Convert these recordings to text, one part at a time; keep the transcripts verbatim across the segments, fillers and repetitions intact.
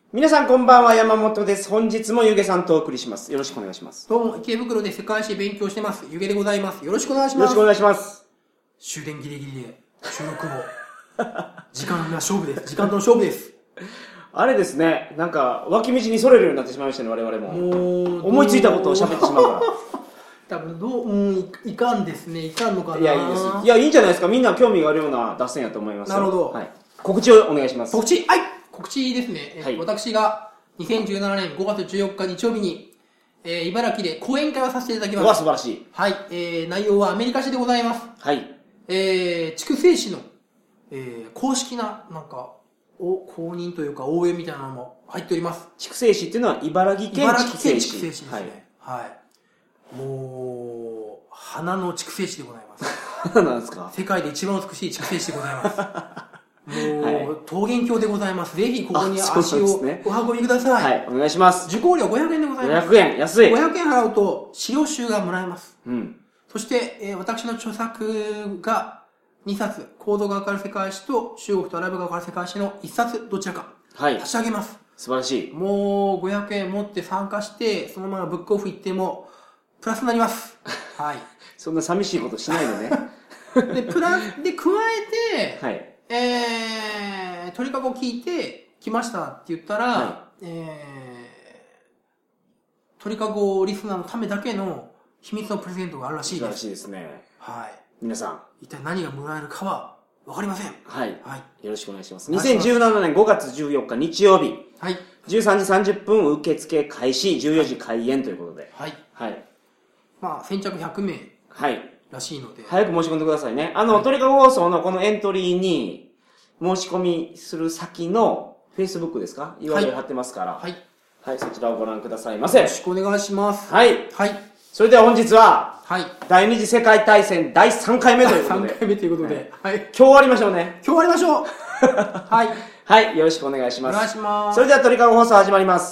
皆さんこんばんは、山本です。本日もゆげさんとお送りします。よろしくお願いします。 どうも、池袋で世界史勉強してます。ゆげでございます。よろしくお願いします。 よろしくお願いします。 終電ギリギリで収録を。時間が勝負です。時間との勝負です。 あれですね、なんか脇道にそれるようになってしまいましたね、我々も。もう思いついたことを喋ってしまうから。 多分どう、うん、いかんですね。いかんのかな。 いや、いいです。いや、いいんじゃないですか。みんな興味があるような脱線やと思いますよ。 なるほど。 はい。告知をお願いします。 告知、はい。告知ですね。 はい、 私がにせんじゅうななねんごがつじゅうよっか日曜日に、えー、茨城で講演会をさせていただきます。 うわ、素晴らしい。 はい。えー、内容はアメリカ史でございます。 はい。 えー、筑西市の、えー、公式な、なんか、お公認というか応援みたいなのも入っております。 筑西市っていうのは茨城県筑西市。 茨城県筑西市ですね。はい。はい、もう、花の筑西市でございます。 花なんですか？ 世界で一番美しい筑西市でございます。もう、はい、桃源郷でございます。ぜひここに足をお運びください。 はい、お願いします。 受講料ごひゃくえんでございます。 ごひゃくえん、安い。 ごひゃくえん払うと資料集がもらえます。 うん。 そして、えー、私の著作がにさつ、コードがわかる世界史と中国とアラブがわかる世界史のいっさつどちらか差し上げます。はい、 素晴らしい。 もうごひゃくえん持って参加して、そのままブックオフ行ってもプラスになります。はい。 そんな寂しいことしないのね。 で、プラス、で、加えて、 はい。 えー、鳥かご聞いて来ましたって言ったら、はい、えー、鳥かごリスナーのためだけの秘密のプレゼントがあるらしいです。 らしいですね。 はい。 皆さん。 一体何がもらえるかはわかりません。 はい。 はい。 よろしくお願いします。にせんじゅうななねんごがつじゅうよっか日曜日。 はい。 じゅうさんじさんじゅっぷん受付開始、じゅうよじ開演ということで。 はい。 はい。 まあ、先着ひゃくめい。 はい。 らしいので。 早く申し込んでくださいね。あの、はい、鳥かご放送のこのエントリーに申し込みする先の Facebook ですか ユーアールエル 貼ってますから。はい。はい。そちらをご覧くださいませ。 よろしくお願いします。 はい。 はい。 それでは本日は、 はい。 第二次世界大戦だいさんかいめということで。 さんかいめということで。はい。 今日終わりましょうね。 今日終わりましょう。はい。 はい。よろしくお願いします。 お願いします。 それでは鳥かご放送始まります。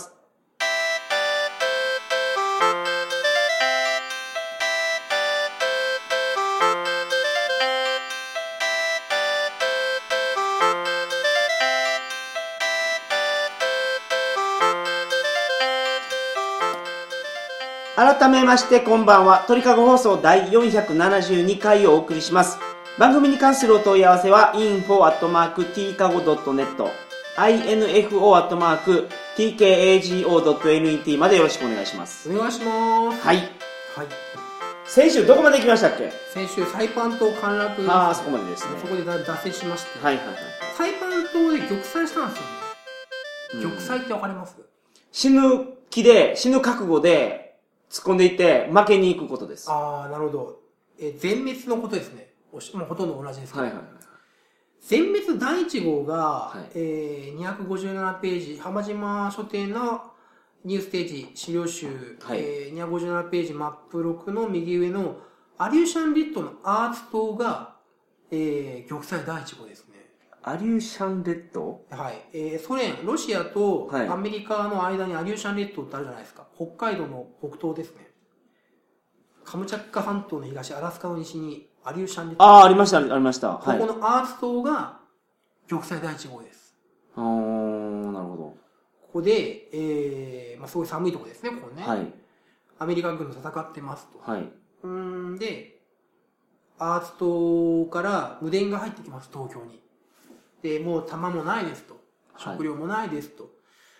改めましてこんばんは。鳥かご放送だいよんひゃくななじゅうにかいをお送りします。番組に関するお問い合わせは インフォ アットマーク ティーカゴ ドットネット インフォ アットマーク ティーケーエージーオー ドットネット までよろしくお願いします。 お願いします。 はい。 はい。 先週どこまで行きましたっけ？ 先週サイパン島陥落。 ああ、そこまでですね。 そこで脱線しまして。 はいはいはい。 サイパン島で玉砕したんですよね。玉砕ってわかります？ 死ぬ気で、死ぬ覚悟で、突っ込んでいって負けに行くことです。 ああ、なるほど。え、全滅のことですね。もうほとんど同じですけど。 はいはいはい。 全滅だいいちごうが、はい、えー、にひゃくごじゅうななページ、浜島書店のニューステージ資料集、はい、えー、にひゃくごじゅうななページマップろくの右上のアリューシャンレッドのアーツ島が、えー、玉砕だいいちごうですね。 アリューシャンレッド？ はい。えー、ソ連、ロシアとアメリカの間にアリューシャン列島ってあるじゃないですか。北海道の北東ですね。カムチャッカ半島の東、アラスカの西にアリューシャン列島。 ああ、ありました、ありました。 ここのアーツ島が玉砕だいいちごうです。 ああ、なるほど。 ここで、えー、まあすごい寒いところですね、ここね。はい。アメリカ軍と戦ってますと。はい。うんで、アーツ島から無電が入ってきます、東京に。で、もう弾もないですと。食料もないですと。はい、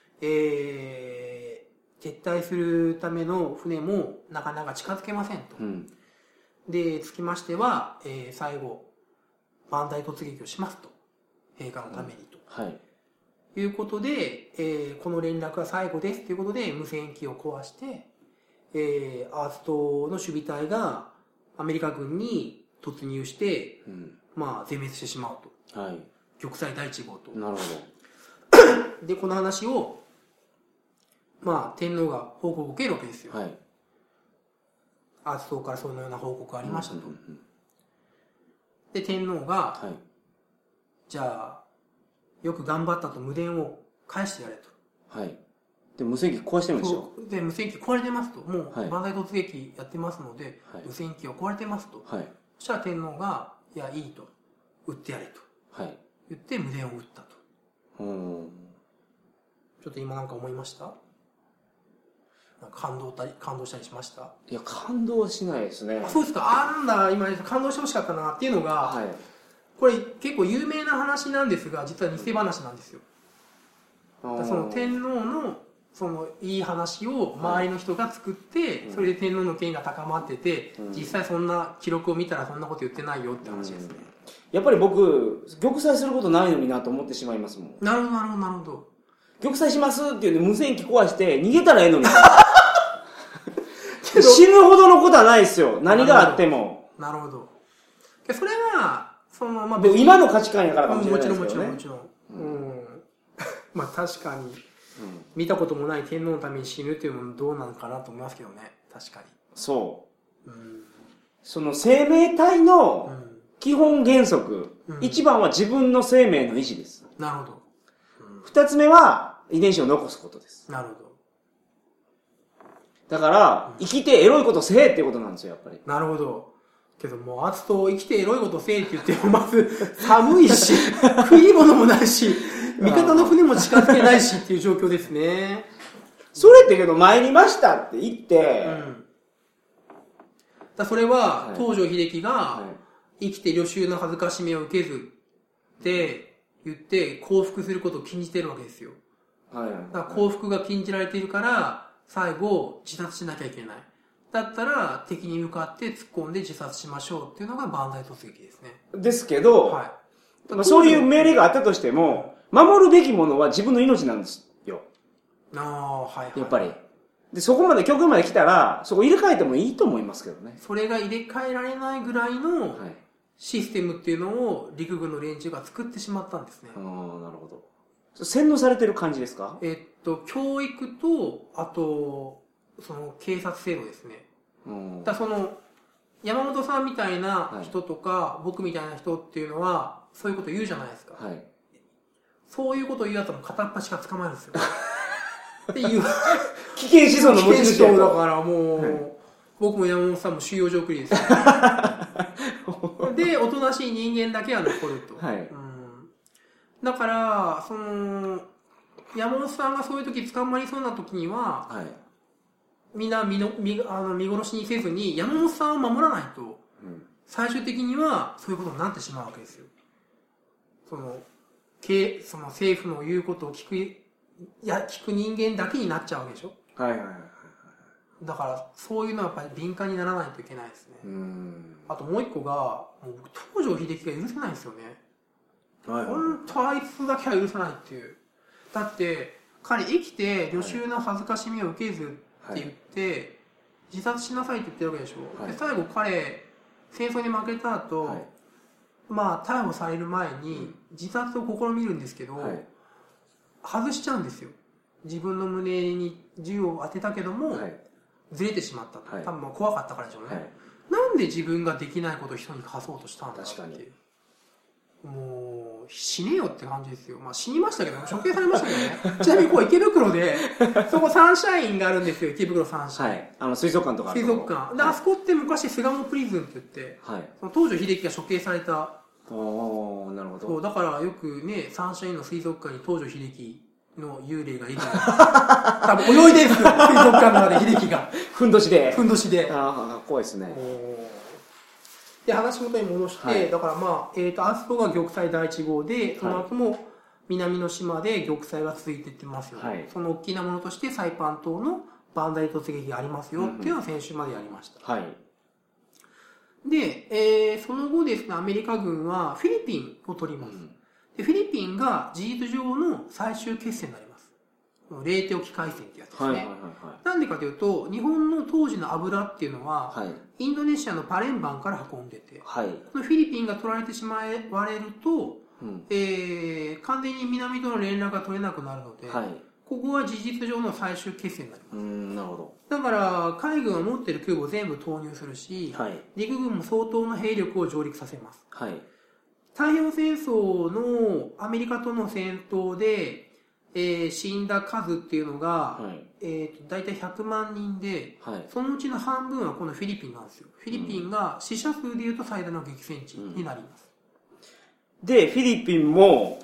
えー、撤退するための船もなかなか近づけませんと。うん、で、つきましては、えー、最後、万代突撃をしますと。陛下のためにと。うん、はい。いうことで、えー、この連絡は最後ですということで、無線機を壊して、えー、アーツ島の守備隊がアメリカ軍に突入して、うん、まあ、全滅してしまうと。はい。玉砕だいいちごうと。なるほど。で、この話を、まあ、天皇が報告を受けるわけですよ。はい。アーツ島からそのような報告がありましたと。うんうんうん、で、天皇が、はい、じゃあ、よく頑張ったと無電を返してやれと。はい。で、無線機壊してるんですよ。で、無線機壊れてますと。もう、万歳突撃やってますので、はい、無線機は壊れてますと。はい。そしたら天皇が、いや、いいと。撃ってやれと。はい。言って無電を撃ったと。うん。 ちょっと今なんか思いました？なんか感動たり、感動したりしました？ いや、感動はしないですね。 あ、そうですか。あ、なんだ、今感動してほしかったなっていうのが、はい、これ結構有名な話なんですが、実は偽話なんですよ。その天皇のそのいい話を周りの人が作って、はい、それで天皇の権威が高まってて、うん、実際そんな記録を見たらそんなこと言ってないよって話ですね。うん、 やっぱり僕、玉砕することないのになと思ってしまいますもん。 なるほど、なるほど、なるほど。 玉砕しますっていうの無線機壊して逃げたらええのに。死ぬほどのことはないですよ。何があっても。 なるほど。それは、その、まあ、 今の価値観やからかもしれないですけどね。 もちろん、もちろん、もちろん。うん。まあ確かに、見たこともない天皇のために死ぬっていうのもどうなのかなと思いますけどね。確かに。 そう。うん、その生命体の基本原則、うん、一番は自分の生命の維持です。 なるほど。 うん、二つ目は遺伝子を残すことです。 なるほど。 だから、うん、生きてエロいことせえっていうことなんですよ、やっぱり。 なるほど。けどもう、アツと生きてエロいことせえって言っても、まず寒いし、食い物もないし、味方の船も近づけないしっていう状況ですね。 それってけど参りましたって言って、うん、 だそれは、はい、東條英機が生きて旅衆の恥ずかしめを受けずって言って降伏することを禁じてるわけですよ。はいはいはい、だから降伏が禁じられているから最後自殺しなきゃいけない。だったら敵に向かって突っ込んで自殺しましょうっていうのが万代突撃ですね。 ですけど、はい、まあ、そういう命令があったとしても、守るべきものは自分の命なんですよ。 ああ、はい、はい。 やっぱり。で、そこまで、極限まで来たら、そこ入れ替えてもいいと思いますけどね。 それが入れ替えられないぐらいのシステムっていうのを陸軍の連中が作ってしまったんですね。 ああ、なるほど。洗脳されてる感じですか？ えっと、教育と、あと、その警察制度ですね。うん、だその、山本さんみたいな人とか、はい、僕みたいな人っていうのは、そういうこと言うじゃないですか。はい、そういうことを言うやつも片っ端から捕まえるんですよ。っていう。 危険思想の持ち主だからもう、はい、僕も山本さんも収容所送りですよ。で、おとなしい人間だけは残ると。はい、うん、だから、その、山本さんがそういう時捕まりそうな時には、はい、みんな見の見あの見殺しにせずに山本さんを守らないと、うん、最終的にはそういうことになってしまうわけですよ。その、その政府の言うことを聞く、いや、聞く人間だけになっちゃうわけでしょ。はいはいはいはい。だから、そういうのはやっぱり敏感にならないといけないですね。うん。あともう一個が、もう東條英機が許せないんですよね。はいはいはい。本当あいつだけは許せないっていう。だって、彼生きて旅衆の恥ずかしみを受けずって言って、はい、自殺しなさいって言ってるわけでしょ。はい、で最後彼、戦争に負けた後、はい、まあ逮捕される前に自殺を試みるんですけど、はい、外しちゃうんですよ。自分の胸に銃を当てたけども、はい、ずれてしまったと。はい、多分まあ怖かったからでしょうね、はい。なんで自分ができないことを人に課そうとしたんだって。確かに。もう、死ねよって感じですよ。まあ死にましたけど、処刑されましたけどね。ちなみにこう池袋で、そこサンシャインがあるんですよ、池袋サンシャイン。はい。あの水族館とかある水族館。で、はい、あそこって昔巣鴨プリズンって言って、はい。その東條英機が処刑された。おー、なるほど。そう、だからよくね、サンシャインの水族館に東條英機の幽霊がいる。多分泳いでるんですよ、水族館の中で英機が。ふんどしで。ふんどしで。ああ、怖いですね。で、話元に戻して、はい、だからまあ、えっ、ー、と、アストが玉砕だいいち号で、その後も南の島で玉砕が続いていってますよ、ね。はい、その大きなものとしてサイパン島のバンダイ突撃がありますよ、っていうのは先週までやりました。はい。で、えー、その後ですね、アメリカ軍はフィリピンを取ります。うん、でフィリピンが事実上の最終決戦になります。冷手置き海戦ってやつですね。はいはいはいはい、なんでかというと、日本の当時の油っていうのは、はい、インドネシアのパレンバンから運んでて、はい、このフィリピンが取られてしまわれると、うん、えー、完全に南との連絡が取れなくなるので、はい、ここは事実上の最終決戦になります。うん、なるほど。だから、海軍は持ってる空母を全部投入するし、はい、陸軍も相当の兵力を上陸させます。はい、太平洋戦争のアメリカとの戦闘で、えー、死んだ数っていうのが、はい、えーと、だいたいひゃくまんにんで、はい、そのうちの半分はこのフィリピンなんですよ。フィリピンが死者数でいうと最大の激戦地になります。 うん、で、フィリピンも、はい、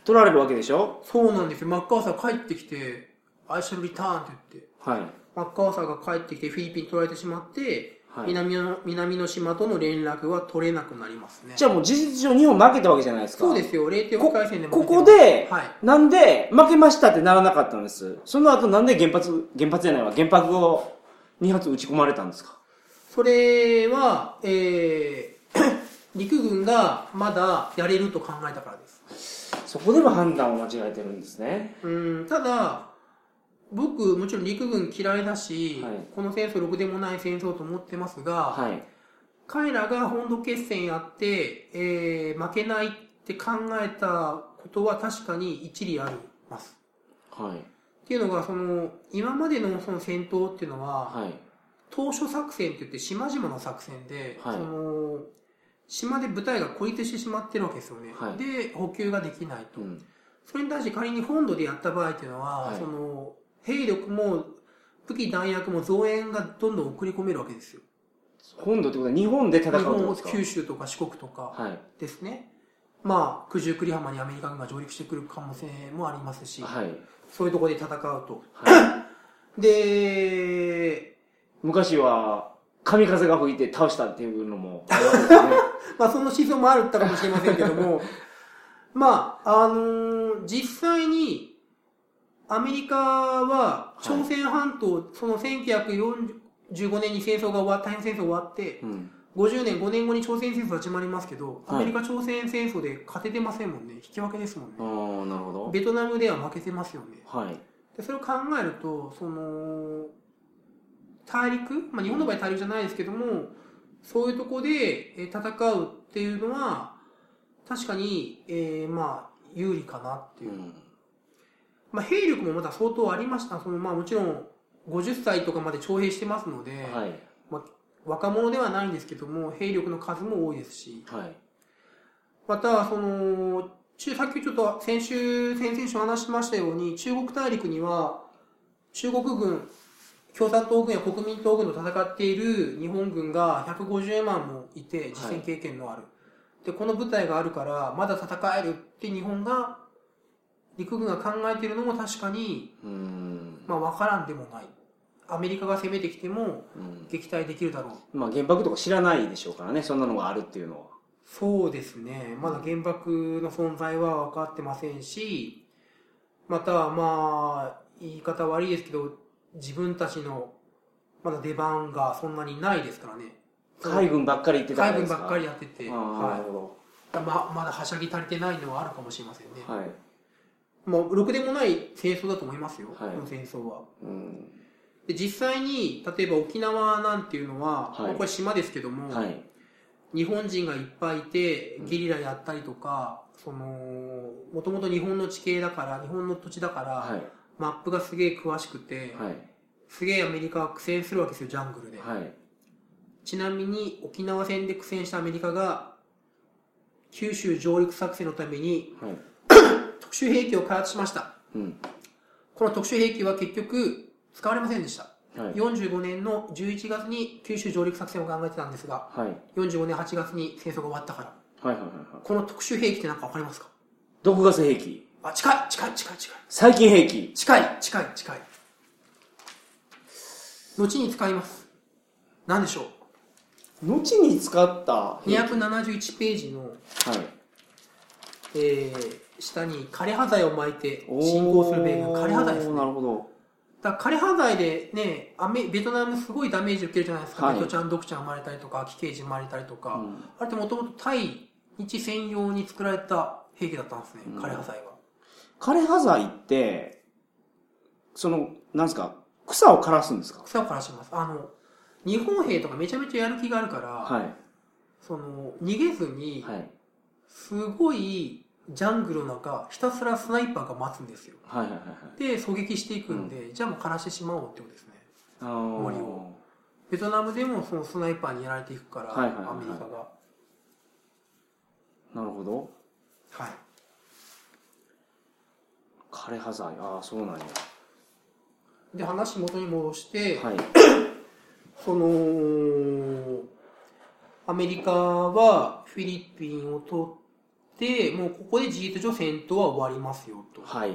取られるわけでしょ。 そうなんですよ。マッカーサー帰ってきて、I shall return って言って、 はい。 マッカーサーが帰ってきてフィリピン取られてしまって、はい、南の、南の島との連絡は取れなくなりますね。 じゃあもう事実上日本負けたわけじゃないですか。 そうですよ。れいてんいち回戦でここで、はい、なんで負けましたってならなかったんです。その後なんで原発、原発じゃないわ、原爆をに発撃ち込まれたんですか。 それは、えー、陸軍がまだやれると考えたからです。 そこでも判断を間違えてるんですね。 うん、ただ、僕、もちろん陸軍嫌いだし、はい、この戦争ろくでもない戦争と思ってますが、はい、彼らが本土決戦やって、えー、負けないって考えたことは確かに一理あります。はい、っていうのが、その、今までのその戦闘っていうのは、はい、当初作戦って言って島々の作戦で、はい、その、島で部隊が孤立してしまってるわけですよね。はい、で、補給ができないと。うん、それに対して仮に本土でやった場合っていうのは、はい、その、兵力も武器弾薬も増援がどんどん送り込めるわけですよ。 本土ってことは日本で戦うってことですか？ 日本、九州とか四国とかですね。はい、まあ、九十九里浜にアメリカ軍が上陸してくる可能性もありますし、はい、そういうところで戦うと。はい、で、 昔は神風が吹いて倒したっていうのもありますね。 まあ、その思想もあるったかもしれませんけども、まあ、あのー、実際に、アメリカは朝鮮半島、はい、そのせんきゅうひゃくよんじゅうごねんに戦争が終わった太平洋戦争終わって、うん、ごじゅうねんごねんごに朝鮮戦争始まりますけど、はい、アメリカ朝鮮戦争で勝ててませんもんね。引き分けですもんね。 ああ、なるほど。 ベトナムでは負けてますよね。 はい、 でそれを考えると、その大陸、まあ、日本の場合大陸じゃないですけども、そういうとこで戦うっていうのは確かに、えー、まあ有利かなっていう。うん、まあ、兵力もまだ相当ありました。そのまあもちろんごじゅっさいとかまで徴兵してますので、はい、まあ、若者ではないんですけども、兵力の数も多いですし、はい、また、その、中、さっきちょっと先週、先々週話しましたように、中国大陸には中国軍、共産党軍や国民党軍と戦っている日本軍がひゃくごじゅうまんもいて、実戦経験のある。はい、で、この部隊があるから、まだ戦えるって日本が、陸軍が考えているのも確かに、うーん、まあ分からんでもない。アメリカが攻めてきても撃退できるだろう。 まあ原爆とか知らないでしょうからね、そんなのがあるっていうのは。 そうですね。まだ原爆の存在は分かってませんし、またまあ、言い方悪いですけど、自分たちのまだ出番がそんなにないですからね。 海軍ばっかり言ってたからですか？海軍ばっかりやってて。 ああ、なるほど。まあ、まだはしゃぎ足りてないのはあるかもしれませんね。 はい。 もうろくでもない戦争だと思いますよ、はい、この戦争は。うん、で実際に例えば沖縄なんていうのは、はい、これ島ですけども、はい、日本人がいっぱいいてゲリラやったりとか、そのもともと日本の地形だから日本の土地だから、はい、マップがすげえ詳しくて、はい、すげえアメリカは苦戦するわけですよ、ジャングルで。はい、ちなみに沖縄戦で苦戦したアメリカが九州上陸作戦のために、はい、特殊兵器を開発しました、うん、この特殊兵器は結局使われませんでした、はい、よんじゅうごねんのじゅういちがつに九州上陸作戦を考えてたんですが、はい、よんじゅうごねんはちがつに戦争が終わったから、はいはいはいはい、この特殊兵器って何か分かりますか？ 毒ガス兵器。 あ、近い近い近い近い。 細菌兵器。 近い近い近い。後に使います。何でしょう？ 後に使ったにひゃくななじゅういちページの、はい、えー、下に枯葉剤を巻いて進行する米軍。枯葉剤ですね。 なるほど。 だから枯葉剤でね、アメベトナムすごいダメージ受けるじゃないですか。はい、ベトちゃん、ドクちゃん生まれたりとか、キケイジ生まれたりとか、うん、あれってもともと対日専用に作られた兵器だったんですね、枯葉剤は。 枯葉剤って、その、なんですか、草を枯らすんですか？ 草を枯らします。あの、日本兵とかめちゃめちゃやる気があるから、はい、その、逃げずに、はい、すごいジャングルの中、ひたすらスナイパーが待つんですよ。はいはいはい、で、狙撃していくんで、うん、じゃあもう枯らしてしまおうってことですね。森を。ベトナムでもそのスナイパーにやられていくから、はいはいはいはい、アメリカが。 なるほど。 はい。 枯葉剤、ああ、そうなんや。 で、話元に戻して、はい、その、アメリカはフィリピンを取っで、もうここで事実上戦闘は終わりますよと。 はい。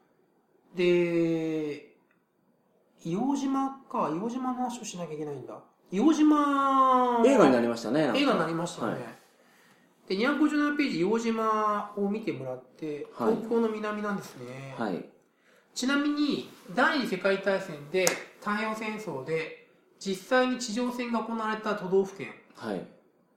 で、硫黄島か、硫黄島の話をしなきゃいけないんだ。硫黄島映画になりましたね。 映画になりましたね。はい、で、にひゃくごじゅうななページ、硫黄島を見てもらって、東京の南なんですね。はい。ちなみに、第二次世界大戦で、太平洋戦争で、実際に地上戦が行われた都道府県。はい。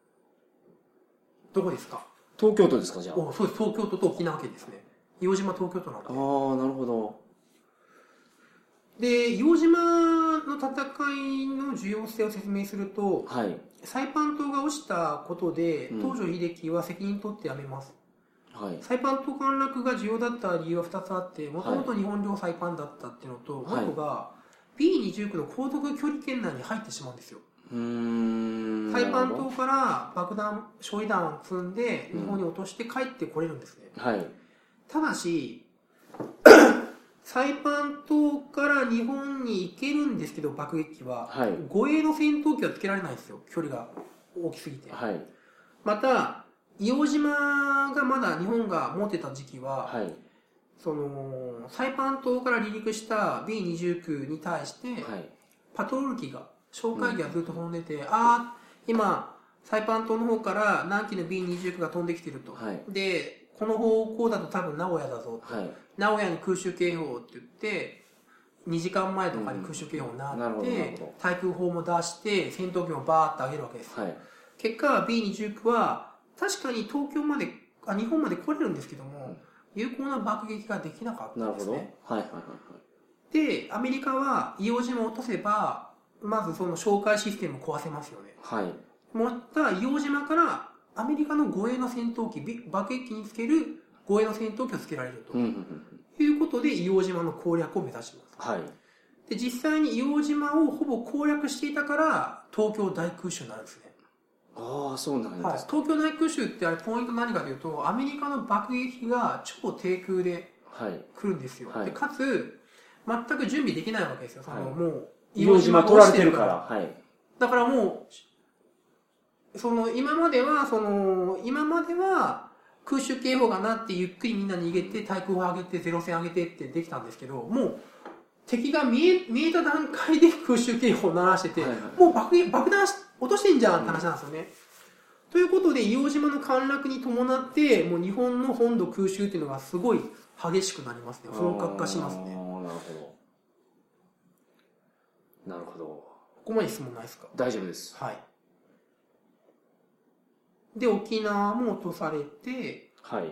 どこですか？ 東京都ですか、じゃあ。 お、そうです。東京都と沖縄県ですね。硫黄島東京都なんで。 ああ、なるほど。 で、硫黄島の戦いの重要性を説明すると、はい、サイパン島が落ちたことで、東条英機は責任取ってやめます。はい、サイパン島陥落が重要だった理由はふたつあって、もともと日本領サイパンだったっていうのと、はい、もう一個が ビーにじゅうきゅう の航続距離圏内に入ってしまうんですよ。うーん、サイパン島から爆弾、焼夷弾を積んで日本に落として帰ってこれるんですね。うん、はい、ただし、サイパン島から日本に行けるんですけど、爆撃機は、はい、護衛の戦闘機はつけられないんですよ、距離が大きすぎて。はい、また、硫黄島がまだ日本が持ってた時期は、はい、そのサイパン島から離陸した ビーにじゅうきゅう に対して、はい、パトロール機が、哨戒機がずっと飛んでて、うん、ああ、今、サイパン島の方から何機の ビーにじゅうきゅう が飛んできてると。はい、で、この方向だと多分名古屋だぞと、はい、名古屋に空襲警報って言ってにじかんまえとかに空襲警報になって、うん、対空砲も出して戦闘機もバーッと上げるわけです、はい、結果 ビーにじゅうきゅう は確かに東京まであ日本まで来れるんですけども、うん、有効な爆撃ができなかったんですね。なるほど、はいはいはい、でアメリカは硫黄島を落とせばまずその哨戒システムを壊せますよね。はい、また硫黄島からアメリカの護衛の戦闘機、爆撃機につける護衛の戦闘機をつけられると、うんうんうん、いうことで硫黄島の攻略を目指します。はい、で実際に硫黄島をほぼ攻略していたから東京大空襲になるんですね。 ああ、そうなんですか。はい、 東京大空襲ってあれポイント何かというと、アメリカの爆撃機が超低空で来るんですよ。はい、でかつ全く準備できないわけですよ。その、はい、もう硫黄島取られてるから。はい、 だからもうその今まではその今までは空襲警報が鳴ってゆっくりみんな逃げて対空砲上げてゼロ戦上げてってできたんですけど、もう敵が見え見えた段階で空襲警報を鳴らしてて、はいはい、もう爆爆弾落としてんじゃんって話なんですよね。うん、ということで硫黄島の陥落に伴ってもう日本の本土空襲っていうのがすごい激しくなりますね。本格化しますね。 なるほどなるほど。 ここまで質問ないですか？ 大丈夫です。 はい。で、沖縄も落とされて、はい。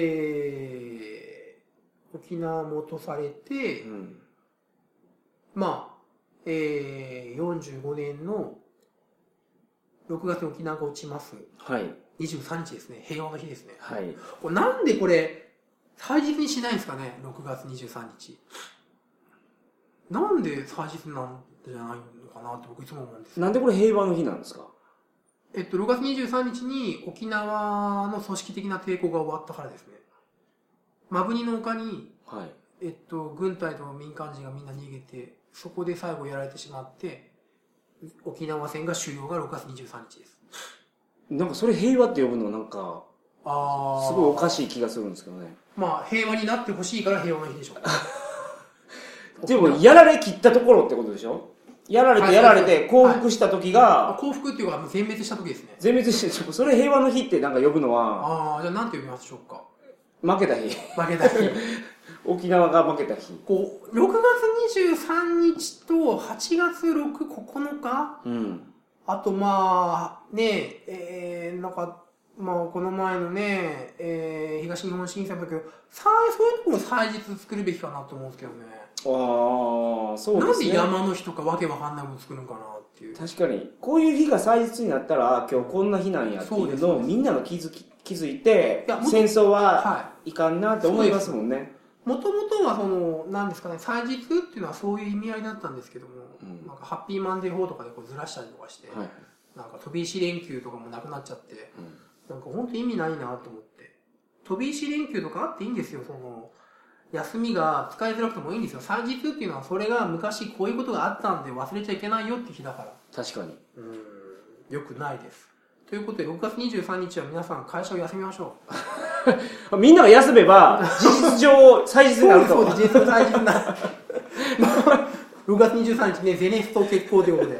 えー、沖縄も落とされて、うん、まあ、えー、よんじゅうごねんのろくがつに沖縄が落ちます。はい。にじゅうさんにちですね。平和の日ですね。はい。これなんでこれ、祭日にしないんですかね？ ろくがつにじゅうさんにち。なんで祭日なんじゃないのかなって僕いつも思うんです。 なんでこれ平和の日なんですか？ えっと、ろくがつにじゅうさんにちに沖縄の組織的な抵抗が終わったからですね。摩文仁の丘に、はい、えっと、軍隊と民間人がみんな逃げて、そこで最後やられてしまって、沖縄戦が終了がろくがつにじゅうさんにちです。 なんかそれ平和って呼ぶのなんか、あすごいおかしい気がするんですけどね。 まあ、平和になってほしいから平和の日でしょう。でも、やられきったところってことでしょ？やられてやられて降伏した時が、 はい、降伏っていうか全滅した時ですね。 全滅して、それ平和の日ってなんか呼ぶのは、 ああ、じゃあ何て呼びましょうか。 負けた日。 負けた日。 沖縄が負けた日。 こうろくがつにじゅうさんにちとはちがつろく、ここのか、うん、あとまあねえー、なんかまあこの前のね、えー、東日本震災の時はそういうところも祭日作るべきかなと思うんですけどね。ああ、そうですね。なんで山の日とかわけわかんないもの作るのかなっていう。 確かにこういう日が祭日になったら今日こんな日なんやっていうのをみんなが気づき気づいて戦争はいかんなって思いますもんね。 もともとはその何ですかね、祭日っていうのはそういう意味合いだったんですけども、うん、なんかハッピーマンデー法とかでこうずらしたりとかして、はい、なんか飛び石連休とかもなくなっちゃって、うん、なんか本当意味ないなと思って、飛び石連休とかあっていいんですよ。その休みが使いづらくてもいいんですよ。祭日っていうのはそれが昔こういうことがあったんで忘れちゃいけないよって日だから。 確かに。 うん、よくないです。ということでろくがつにじゅうさんにちは皆さん会社を休みましょう。 みんなが休めば事実上祭日になると。 そうです、事実上祭日になる。ろくがつにじゅうさんにちね、ゼネスト決行ということで。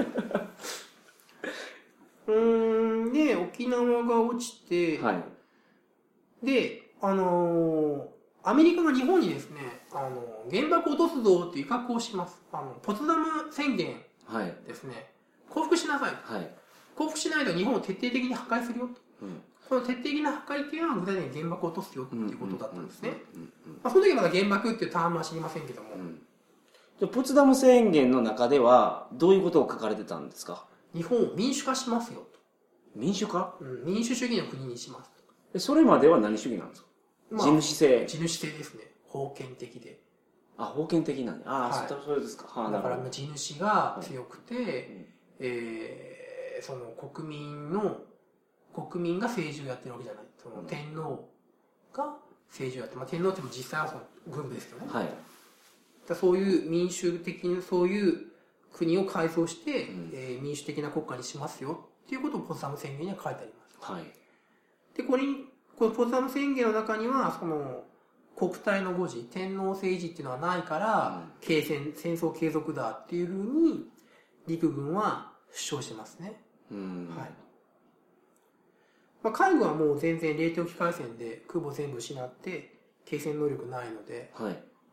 うーん、で、沖縄が落ちて、はい、で、あのー、アメリカが日本にですね、あのー、原爆を落とすぞって威嚇をします。あの、ポツダム宣言ですね。はい、降伏しなさい。はい、降伏しないと日本を徹底的に破壊するよと。うん、その徹底的な破壊っていうのは具体的に原爆を落とすよっていうことだったんですね。その時はまだ原爆っていうタームは知りませんけども。うん、 じゃポツダム宣言の中ではどういうことを書かれてたんですか？ 日本を民主化しますよと。 民主化？ うん、民主主義の国にしますと。それまでは何主義なんですか？まあ、地主制。 地主制ですね。封建的で。 あ、封建的なんだ。ああ、はい、それですか。はあ、 だから地主が強くて、はい、えー、その国民の国民が政治をやってるわけじゃない。その天皇が政治をやって、まあ、天皇っても実際はその軍部ですよね。はい、だそういう民主的な、そういう国を改造して、うん、えー、民主的な国家にしますよっていうことをポツダム宣言には書いてあります。はい、で、これに、このポツダム宣言の中には、その、国体の誤字、天皇政治っていうのはないから、うん、継戦、戦争継続だっていうふうに、陸軍は主張してますね。うん、はい。まあ、海軍はもう全然冷凍機械戦で空母全部失って継戦能力ないので、はい、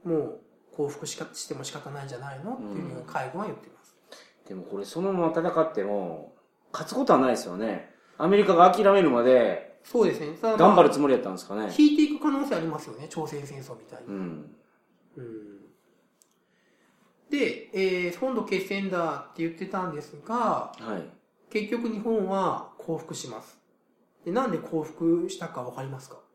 もう降伏しかしても仕方ないんじゃないのっていうふうに海軍は言っています、 うん、でもこれそのまま戦っても勝つことはないですよね。アメリカが諦めるまでそうですね、 頑張るつもりやったんですかね。 引いていく可能性ありますよね、朝鮮戦争みたいに、うんうん、で、えー、本土決戦だって言ってたんですが、はい、結局日本は降伏します。で、なんで降伏したかわかりますか？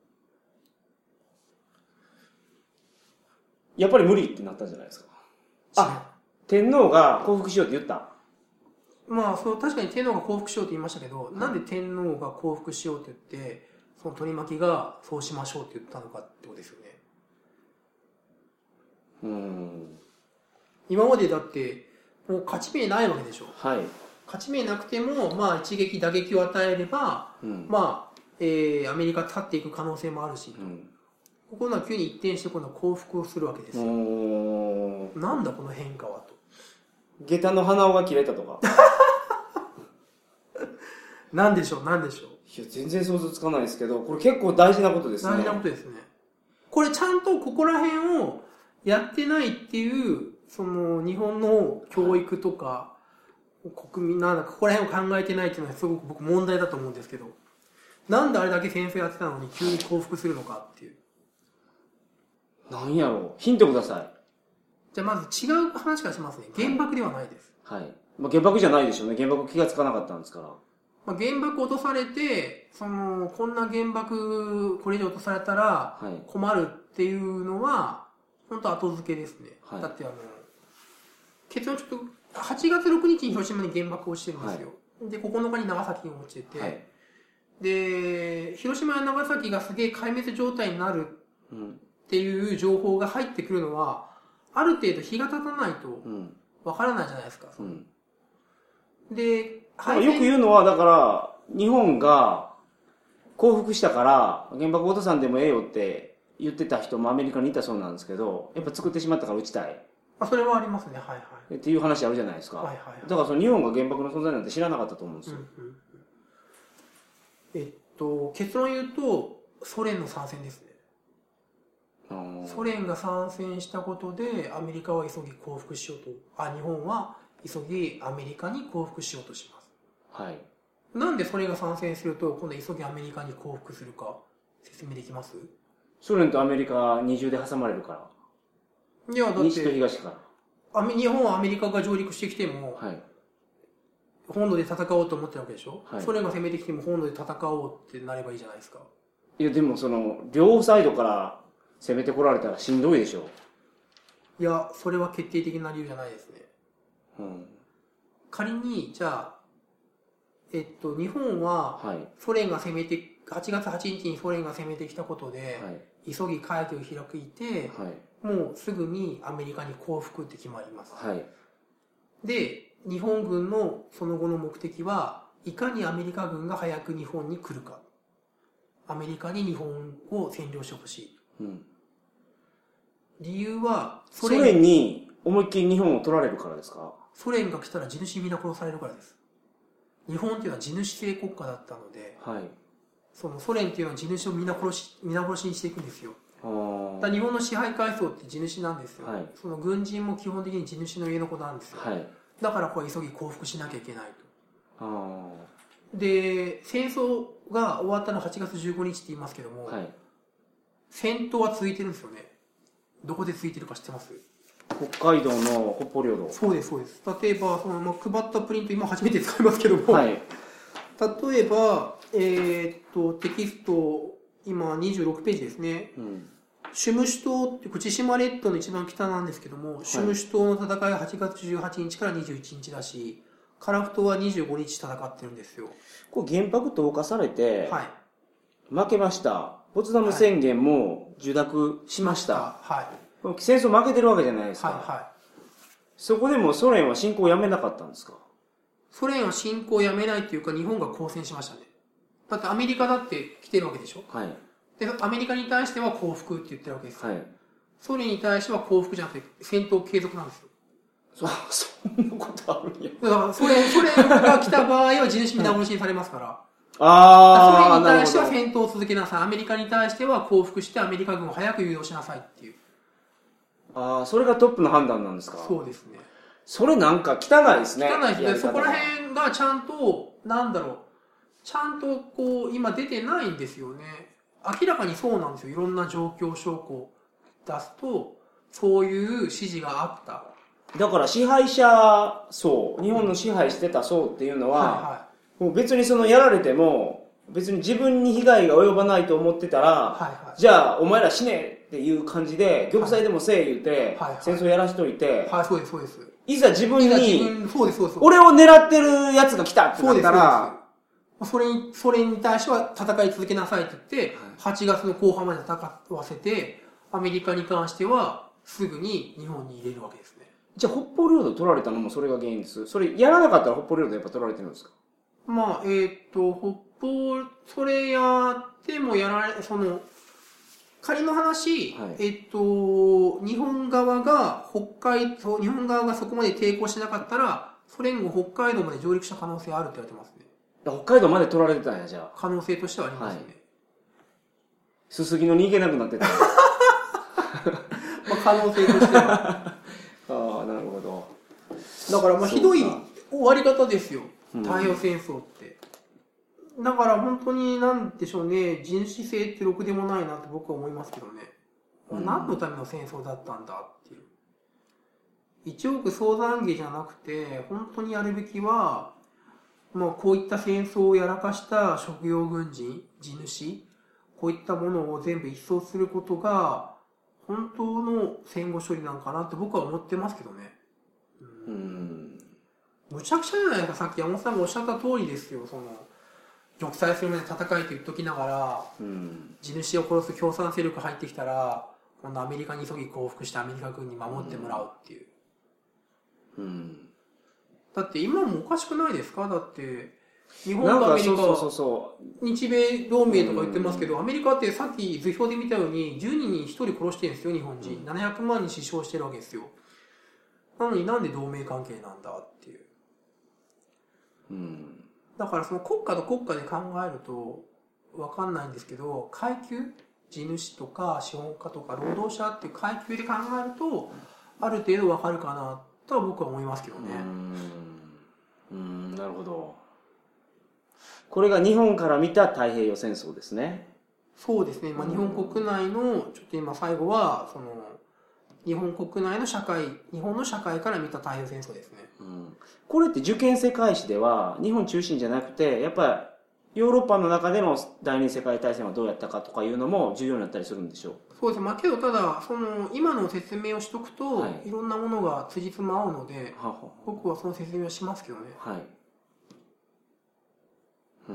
やっぱり無理ってなったんじゃないですか。あ、天皇が降伏しようって言った。 まあ、そう、確かに天皇が降伏しようって言いましたけど、はい、なんで天皇が降伏しようって言って、その取り巻きがそうしましょうって言ったのかってことですよね。うん。今までだって、もう勝ち目ないわけでしょ。はい。勝ち目なくても、まあ、一撃打撃を与えれば、うん、まあ、えー、アメリカ立っていく可能性もあるし、うん、ここの急に一転して今度は降伏をするわけですよ。なんだこの変化はと。 下駄の鼻緒が切れたとか。 なんでしょう、なんでしょう。 いや、全然想像つかないですけど、これ結構大事なことですね。 大事なことですね。これちゃんとここら辺をやってないっていう、その日本の教育とか、はい、国民なんだかここら辺を考えてないっていうのはすごく僕問題だと思うんですけど、なんであれだけ戦争やってたのに急に降伏するのかっていう。 なんやろう、ヒントください。 じゃあまず違う話からしますね。原爆ではないです。 はい。はい、まあ、原爆じゃないでしょうね。原爆気がつかなかったんですから。 まあ、原爆落とされて、その、こんな原爆これ以上落とされたら困るっていうのは、本当後付けですね。はい、だってあの、結論ちょっと、はちがつろくにちに広島に原爆落ちてるんですよ。はい、で、ここのかに長崎に落ちてて、はい、で、広島や長崎がすげえ壊滅状態になるっていう情報が入ってくるのは、ある程度日が経たないとわからないじゃないですか。うん、で、 よく言うのは、だから、日本が降伏したから原爆落とさんでもええよって言ってた人もアメリカにいたそうなんですけど、やっぱ作ってしまったから撃ちたい。 あ、それはありますね。はいはい。 っていう話あるじゃないですか。はいはいはい、だからその日本が原爆の存在なんて知らなかったと思うんですよ。うんうん、 えっと、結論言うと、ソ連の参戦ですね。ソ連が参戦したことで、アメリカは急ぎ降伏しようと、あ、日本は急ぎアメリカに降伏しようとします。はい。なんでそれが参戦すると、今度急ぎアメリカに降伏するか、説明できます？ ソ連とアメリカ二重で挟まれるから。 いや、だって、 西と東から。 日本はアメリカが上陸してきても、はい、本土で戦おうと思ってるわけでしょ、はい、ソ連が攻めてきても本土で戦おうってなればいいじゃないですか。 いや、でもその、両サイドから攻めてこられたらしんどいでしょ。 いや、それは決定的な理由じゃないですね。うん。仮に、じゃあ、えっと、日本は、ソ連が攻めて、はちがつはちにちにソ連が攻めてきたことで、はい、急ぎ会議を開いて、はい、もうすぐにアメリカに降伏って決まります。はい、で、日本軍のその後の目的は、いかにアメリカ軍が早く日本に来るか。 アメリカに日本を占領してほしい。 うん、 理由はソ連、ソ連に思いっきり日本を取られるからですか？ ソ連が来たら地主みんな殺されるからです。日本っていうのは地主制国家だったので、はい、そのソ連っていうのは地主をみんな殺し、皆殺しにしていくんですよ。だ日本の支配階層って地主なんですよ、はい、その軍人も基本的に地主の家の子なんですよ、はい、だからこれ急ぎ降伏しなきゃいけないと。あで戦争が終わったのははちがつじゅうごにちって言いますけども、はい、戦闘は続いてるんですよね。どこで続いてるか知ってます？ 北海道の北方領土。 そうですそうです。例えばその、まあ、配ったプリント今初めて使いますけども、はい、例えば、えー、っとテキスト今にじゅうろくページですね、うん、シュムシュ島って千島列島の一番北なんですけども、はい、シュムシュ島の戦いははちがつじゅうはちにちからにじゅういちにちだし、樺太はにじゅうごにち戦ってるんですよ。 これ原爆投下されて、はい、負けました。ポツダム宣言も受諾しました、はい、戦争負けてるわけじゃないですか、はいはい、そこでもソ連は侵攻をやめなかったんですか？ ソ連は侵攻をやめないというか日本が抗戦しましたね。だってアメリカだって来てるわけでしょ、はい、でアメリカに対しては降伏って言ってるわけです、はい、ソ連に対しては降伏じゃなくて戦闘継続なんですよ。 そ, そんなことあるんや。 だからソ連、ソ連が来た場合は地主皆殺しにされますから、 あソ連に対しては戦闘を続けなさい、アメリカに対しては降伏してアメリカ軍を早く誘導しなさいっていう。 ああ、それがトップの判断なんですか？ そうですね。 それなんか汚いですね。 汚いですね。そこら辺がちゃんと、なんだろう、ちゃんとこう、今出てないんですよね。明らかにそうなんですよ。いろんな状況証拠を出すと、そういう指示があった。 だから支配者層、日本の支配してた層っていうのは、はいはい、もう別にそのやられても、別に自分に被害が及ばないと思ってたら、はいはい、じゃあお前ら死ねっていう感じで、玉砕でもせえ言うて、はいはい、戦争やらしといて、 はい、そうです、そうです。 いざ自分に、 そうです、そうです。 俺を狙ってるやつが来たってなったら、 それに、それに対しては戦い続けなさいって言って、はちがつの後半まで戦わせて、アメリカに関してはすぐに日本に入れるわけですね。 じゃあ北方領土取られたのもそれが原因です。それやらなかったら北方領土やっぱ取られてるんですか？ まあ、えー、っと、北方、それやってもやられ、その、仮の話、はい、えー、っと、日本側が北海道、日本側がそこまで抵抗しなかったら、ソ連軍北海道まで上陸した可能性あるって言われてますね。 北海道まで取られてたんや、じゃあ。 可能性としてはありますね。はい、 すすぎの逃げなくなってた。まあ可能性としては。 ああ、なるほど。 だからまあひどい終わり方ですよ。太平洋戦争って。うん、だから本当になんでしょうね、人種性ってろくでもないなって僕は思いますけどね。うん、何のための戦争だったんだっていう。一億総懺悔じゃなくて、本当にやるべきは、まあこういった戦争をやらかした職業軍人、地主、こういったものを全部一掃することが、本当の戦後処理なんかなって僕は思ってますけどね。うん。うんむちゃくちゃじゃないですか。さっき山本さんがおっしゃった通りですよ。その、玉砕するまで戦いと言っときながら、うん、地主を殺す共産勢力入ってきたら、今度アメリカに急ぎ降伏してアメリカ軍に守ってもらうっていう。うん。だって今もおかしくないですか？だって、日本とアメリカ、そうそうそう日米同盟とか言ってますけど、アメリカってさっき図表で見たようにじゅうにんにひとり殺してるんですよ、日本人。うん、ななひゃくまんにん死傷してるわけですよ。なのになんで同盟関係なんだっていう。うん、だからその国家と国家で考えると分かんないんですけど、階級、地主とか資本家とか労働者っていう階級で考えるとある程度分かるかなとは僕は思いますけどね。 うーん、うーんなるほど。これが日本から見た太平洋戦争ですね。 そうですね。まあ、日本国内のちょっと今最後はその日本国内の社会、日本の社会から見た太平洋戦争ですね。 うん、これって受験世界史では日本中心じゃなくて、やっぱりヨーロッパの中での第二次世界大戦はどうやったかとかいうのも重要になったりするんでしょう？ そうですね。まあ、けどただその今の説明をしとくと、はい、いろんなものが辻褄合うので、はは僕はその説明をしますけどね。はい。うん。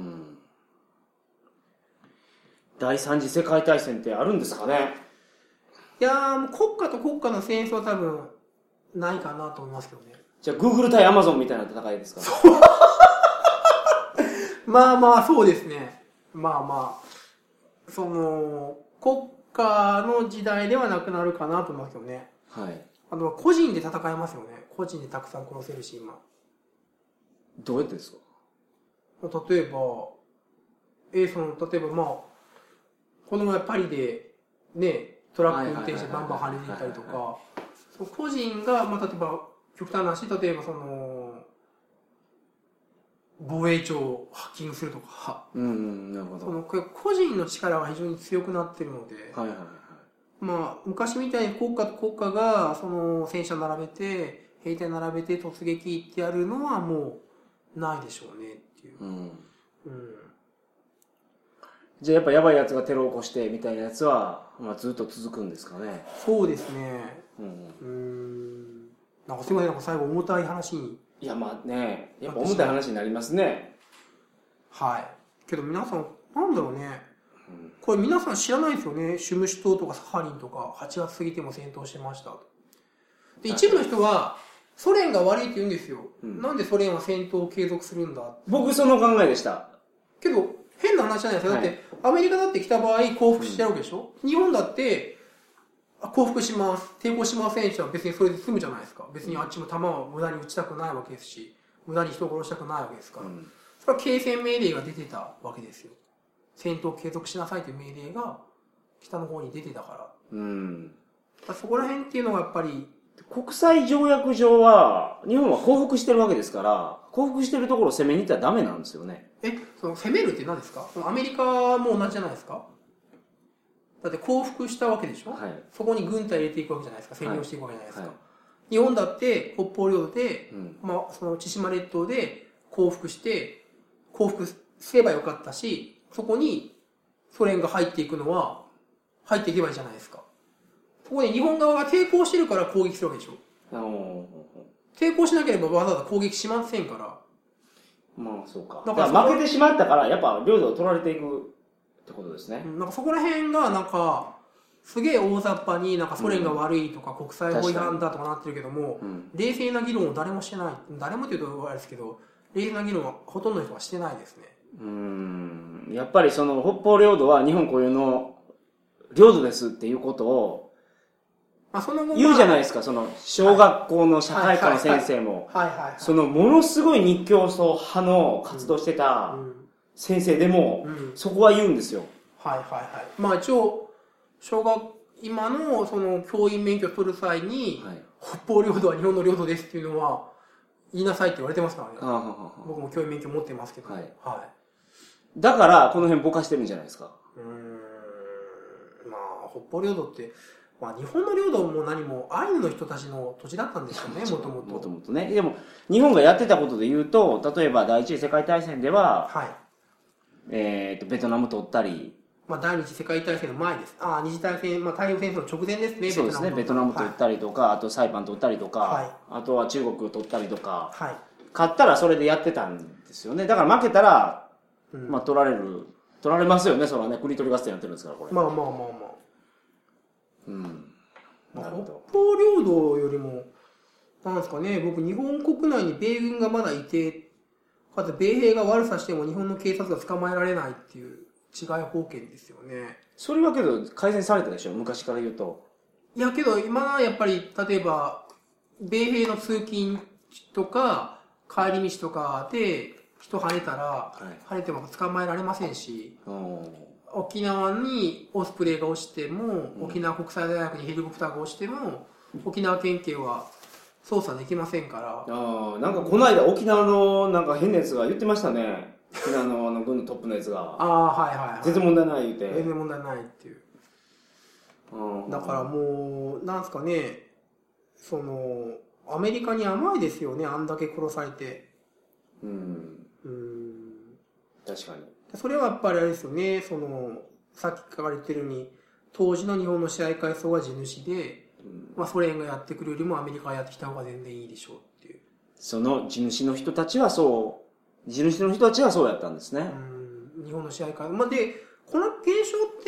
第三次世界大戦ってあるんですかね？ いやー、もう国家と国家の戦争は多分ないかなと思いますけどね。 じゃあ Google 対 Amazon みたいな戦いですか？ まあまあそうですね。まあまあその国家の時代ではなくなるかなと思いますけどね。 はい。 あとは個人で戦えますよね。個人でたくさん殺せるし、今。 どうやってですか？ 例えば、えー、その、例えばまあ、この前パリで、ね、トラック運転してバンバン跳ねていったりとか、個人が、まあ、例えば、極端な話、例えばその、防衛庁をハッキングするとか、 うん、なるほど。 その個人の力が非常に強くなってるので、 はいはいはい。 まあ、昔みたいに国家と国家が、その、戦車並べて、兵隊並べて突撃ってやるのはもう、ないでしょうねっていう。うん。うん。 じゃあやっぱやばいやつがテロを起こしてみたいなやつは、まあ、ずっと続くんですかね。 そうですね。うん。うーん。なんかすごいなんか最後重たい話に。 いやまあね、やっぱ重たい話になりますね。 はい。けど皆さん、なんだろうね。うん、これ皆さん知らないですよね。シュムシュ島とかサハリンとかはちがつ過ぎても戦闘してましたと。で、一部の人は、ソ連が悪いって言うんですよ。うん、なんでソ連は戦闘を継続するんだ。 僕その考えでした。 けど、変な話じゃないですか。だって、はい、アメリカだって来た場合降伏してるわけでしょ、うん、日本だって、降伏します。抵抗しませんしは別にそれで済むじゃないですか。別にあっちも弾を無駄に撃ちたくないわけですし、無駄に人を殺したくないわけですから。うん、それは継戦命令が出てたわけですよ。戦闘を継続しなさいという命令が北の方に出てたから。うん、だからそこら辺っていうのがやっぱり、 国際条約上は、日本は降伏してるわけですから、降伏してるところを攻めに行ったらダメなんですよね。 え、その攻めるって何ですか？アメリカも同じじゃないですか？だって降伏したわけでしょ、はい、そこに軍隊入れていくわけじゃないですか。占領していくわけじゃないですか。はいはい、日本だって北方領土で、うん、まあ、その千島列島で降伏して、降伏すればよかったし、そこにソ連が入っていくのは、入っていけばいいじゃないですか。そこで日本側が抵抗してるから攻撃するわけでしょ。抵抗しなければわざわざ攻撃しませんから。 まあそうか。だから負けてしまったからやっぱ領土を取られていくってことですね。 なんかそこら辺がなんかすげえ大雑把になんかソ連が悪いとか国際法違反だとかなってるけども、うん、冷静な議論を誰もしてない。誰もって言うとあれですけど、冷静な議論はほとんどの人はしてないですね。 うーん。やっぱりその北方領土は日本固有の領土ですっていうことをまあ、その後言うじゃないですか、その小学校の社会科の先生も、そのものすごい日教組派の活動してた先生でも、うんうん、そこは言うんですよ。 はいはいはい。まあ一応小学今のその教員免許取る際に、はい、北方領土は日本の領土ですっていうのは言いなさいって言われてますからね。あははは僕も教員免許持ってますけど、はいはい、 だからこの辺ぼかしてるんじゃないですか。 うーん、まあ北方領土ってまあ、日本の領土も何もアイヌの人たちの土地だったんですよね、もともと。 もともとね。でも、日本がやってたことで言うと、例えば第一次世界大戦では、はい、えっと、ベトナム取ったり。 まあ、第二次世界大戦の前です。ああ、二次大戦、まあ、太平洋戦争の直前ですね、 そうですね、ベトナム取ったりとか、はい、あとサイパン取ったりとか、はい、あとは中国を取ったりとか、はい、勝ったらそれでやってたんですよね。だから負けたら、うん、まあ、取られる、取られますよね、それはね、国取り合戦やってるんですから、これ。 まあまあまあまあ。うん。北方領土よりも、なんですかね、僕、日本国内に米軍がまだいて、かつ米兵が悪さしても日本の警察が捕まえられないっていう違い方権ですよね。 それはけど改善されたでしょ、昔から言うと。 いやけど、今はやっぱり、例えば、米兵の通勤とか、帰り道とかで人跳ねたら、はい、跳ねても捕まえられませんし、沖縄にオスプレイが落ちても、うん、沖縄国際大学にヘリコプターが落ちても、沖縄県警は捜査できませんから。 ああ、なんかこの間沖縄のなんか変なやつが言ってましたね。沖縄のあの軍のトップのやつが。 ああ、はいはい、はい。 全然問題ない言うて。 全然問題ないっていう。だからもう、なんすかね、その、アメリカに甘いですよね、あんだけ殺されて。うん。うん。 確かに。 それはやっぱりあれですよね、その、さっき書かれてるように、当時の日本の支配階層は地主で、うん、まあソ連がやってくるよりもアメリカがやってきた方が全然いいでしょうっていう。 その地主の人たちはそう、地主の人たちはそうやったんですね。 うん、日本の支配階層。まあ、で、この現象って、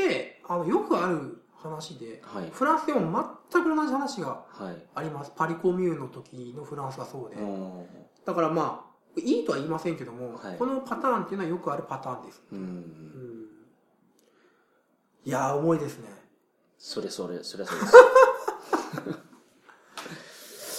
あの、よくある話で、はい、フランスでも全く同じ話があります。はい、パリコミューンの時のフランスがそうで。だからまあ、いいとは言いませんけども、はい、このパターンっていうのはよくあるパターンです。うんうん、 いやー、重いですね。 それそれ、それはそうです。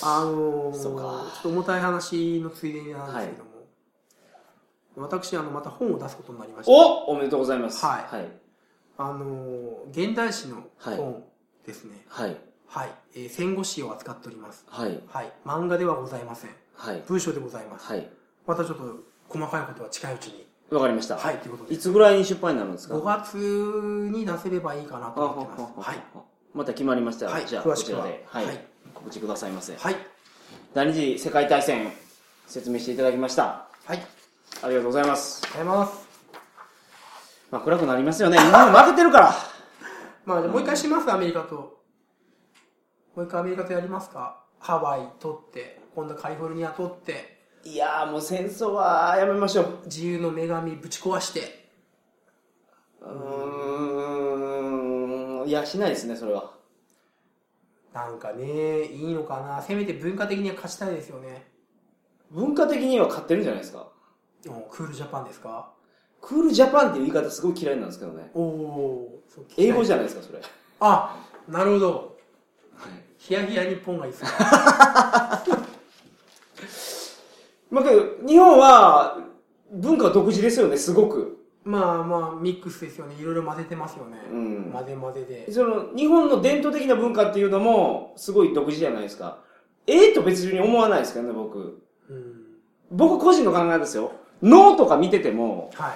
あのー、 そうか。 ちょっと重たい話のついでになんですけども、はい、私、あの、また本を出すことになりました。 おおめでとうございます。 はい。 はい、 あのー、現代史の本ですね。 はい。 はい。えー、戦後史を扱っております。 はい。 はい。漫画ではございません。 はい。 文章でございます。 はい。 またちょっと細かいことは近いうちに。 わかりました。 はい、ということで。 いつぐらいに出版になるんですか？ ごがつに出せればいいかなと思ってます。はい。 また決まりましたら、 はい、 じゃあ詳しくはこちらで、はいはい、告知くださいませ。 はい。 第二次世界大戦説明していただきました。 はい。 ありがとうございます。 ありがとうございます。 まあ暗くなりますよね。日本負けてるから。 まあじゃあもう一回します、アメリカと。もう一回アメリカとやりますか。ハワイ取って、今度カリフォルニア取って。 いやーもう戦争はやめましょう。 自由の女神ぶち壊して。 うーん、いやしないですね、それは。 なんかね、いいのかな。せめて文化的には勝ちたいですよね。 文化的には勝ってるんじゃないですか。 クールジャパンですか？ クールジャパンっていう言い方すごい嫌いなんですけどね。 おお。 英語じゃないですか、それ。 あ、なるほど。 はい、 ヒヤヒヤ日本がいいですね。 まあけど、日本は文化独自ですよね、すごく。 まあまあ、ミックスですよね。いろいろ混ぜてますよね。 うん。 混ぜ混ぜで。 その、日本の伝統的な文化っていうのも、すごい独自じゃないですか。ええと別に思わないですけどね、僕。うん。僕個人の考えですよ。能とか見てても、はい。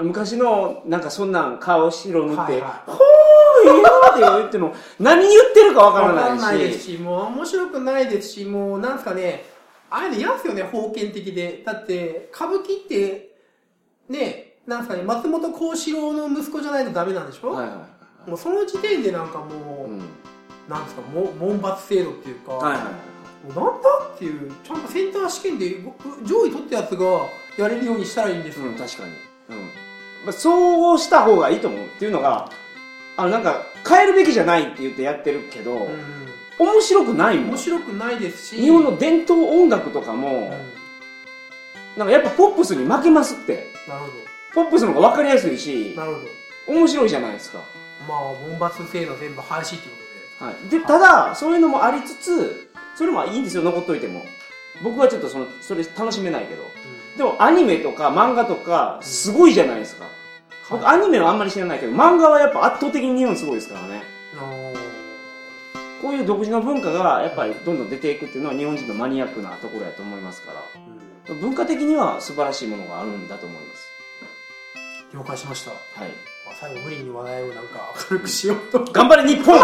昔の、なんかそんなん顔白塗って、はいはい、ほーいいよって言っても、何言ってるかわからないし。わからないですし、もう面白くないですし、もうなんすかね、あれで嫌ですよね、封建的で。だって、歌舞伎って、ね、なんすかね、松本幸四郎の息子じゃないとダメなんでしょ？はいはいはい。もうその時点でなんかもう、うん、なんですか、も門閥制度っていうか、はいはいはい、もうなんだっていう、ちゃんとセンター試験で上位取ったやつがやれるようにしたらいいんですよ。 うん、確かに。うん。まあ、そうした方がいいと思うっていうのが、あのなんか、変えるべきじゃないって言ってやってるけど、うん、面白くないもん。 面白くないですし、 日本の伝統音楽とかも、うん、なんかやっぱポップスに負けますって。なるほど。ポップスの方が分かりやすいし、なるほど。面白いじゃないですか。 まあ、門閥制度全部廃止ってことで。はい。で、ただ、そういうのもありつつ、それもいいんですよ、残っといても。僕はちょっとその、それ楽しめないけど。うん、でも、アニメとか漫画とか、すごいじゃないですか。うん、僕、アニメはあんまり知らないけど、漫画はやっぱ圧倒的に日本すごいですからね。こういう独自の文化が、やっぱりどんどん出ていくっていうのは日本人のマニアックなところやと思いますから、うん、文化的には素晴らしいものがあるんだと思います。 了解しました。はい。 まあ、 最後無理に話題をなんか明るくしようと。 頑張れ日本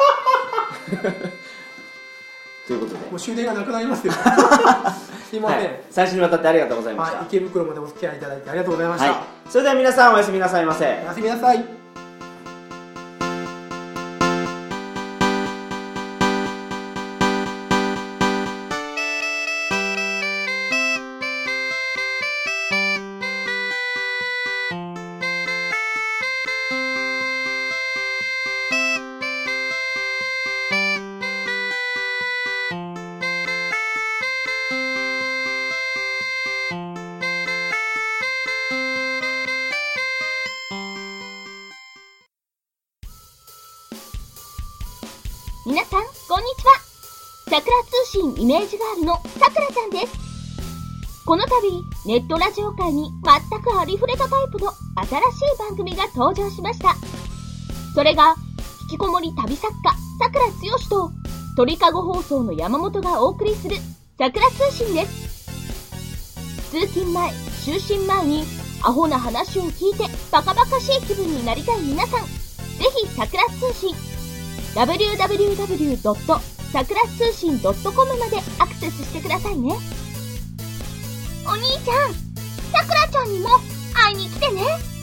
ということで。 もう終電がなくなりますよ。すいません、はい。 最初にわたってありがとうございました。 はい、池袋までお付き合いいただいてありがとうございました。はい、 それでは皆さんおやすみなさいませ。 おやすみなさい。 皆さん、こんにちは。さくら通信イメージガールのさくらちゃんです。この度、ネットラジオ界に全くありふれたタイプの新しい番組が登場しました。それが、引きこもり旅作家、さくらつよしと、鳥かご放送の山本がお送りする、さくら通信です。通勤前、就寝前に、アホな話を聞いてバカバカしい気分になりたい皆さん、ぜひさくら通信、ダブリューダブリューダブリュードットさくら通信ドットコム までアクセスしてくださいね。お兄ちゃん、さくらちゃんにも会いに来てね。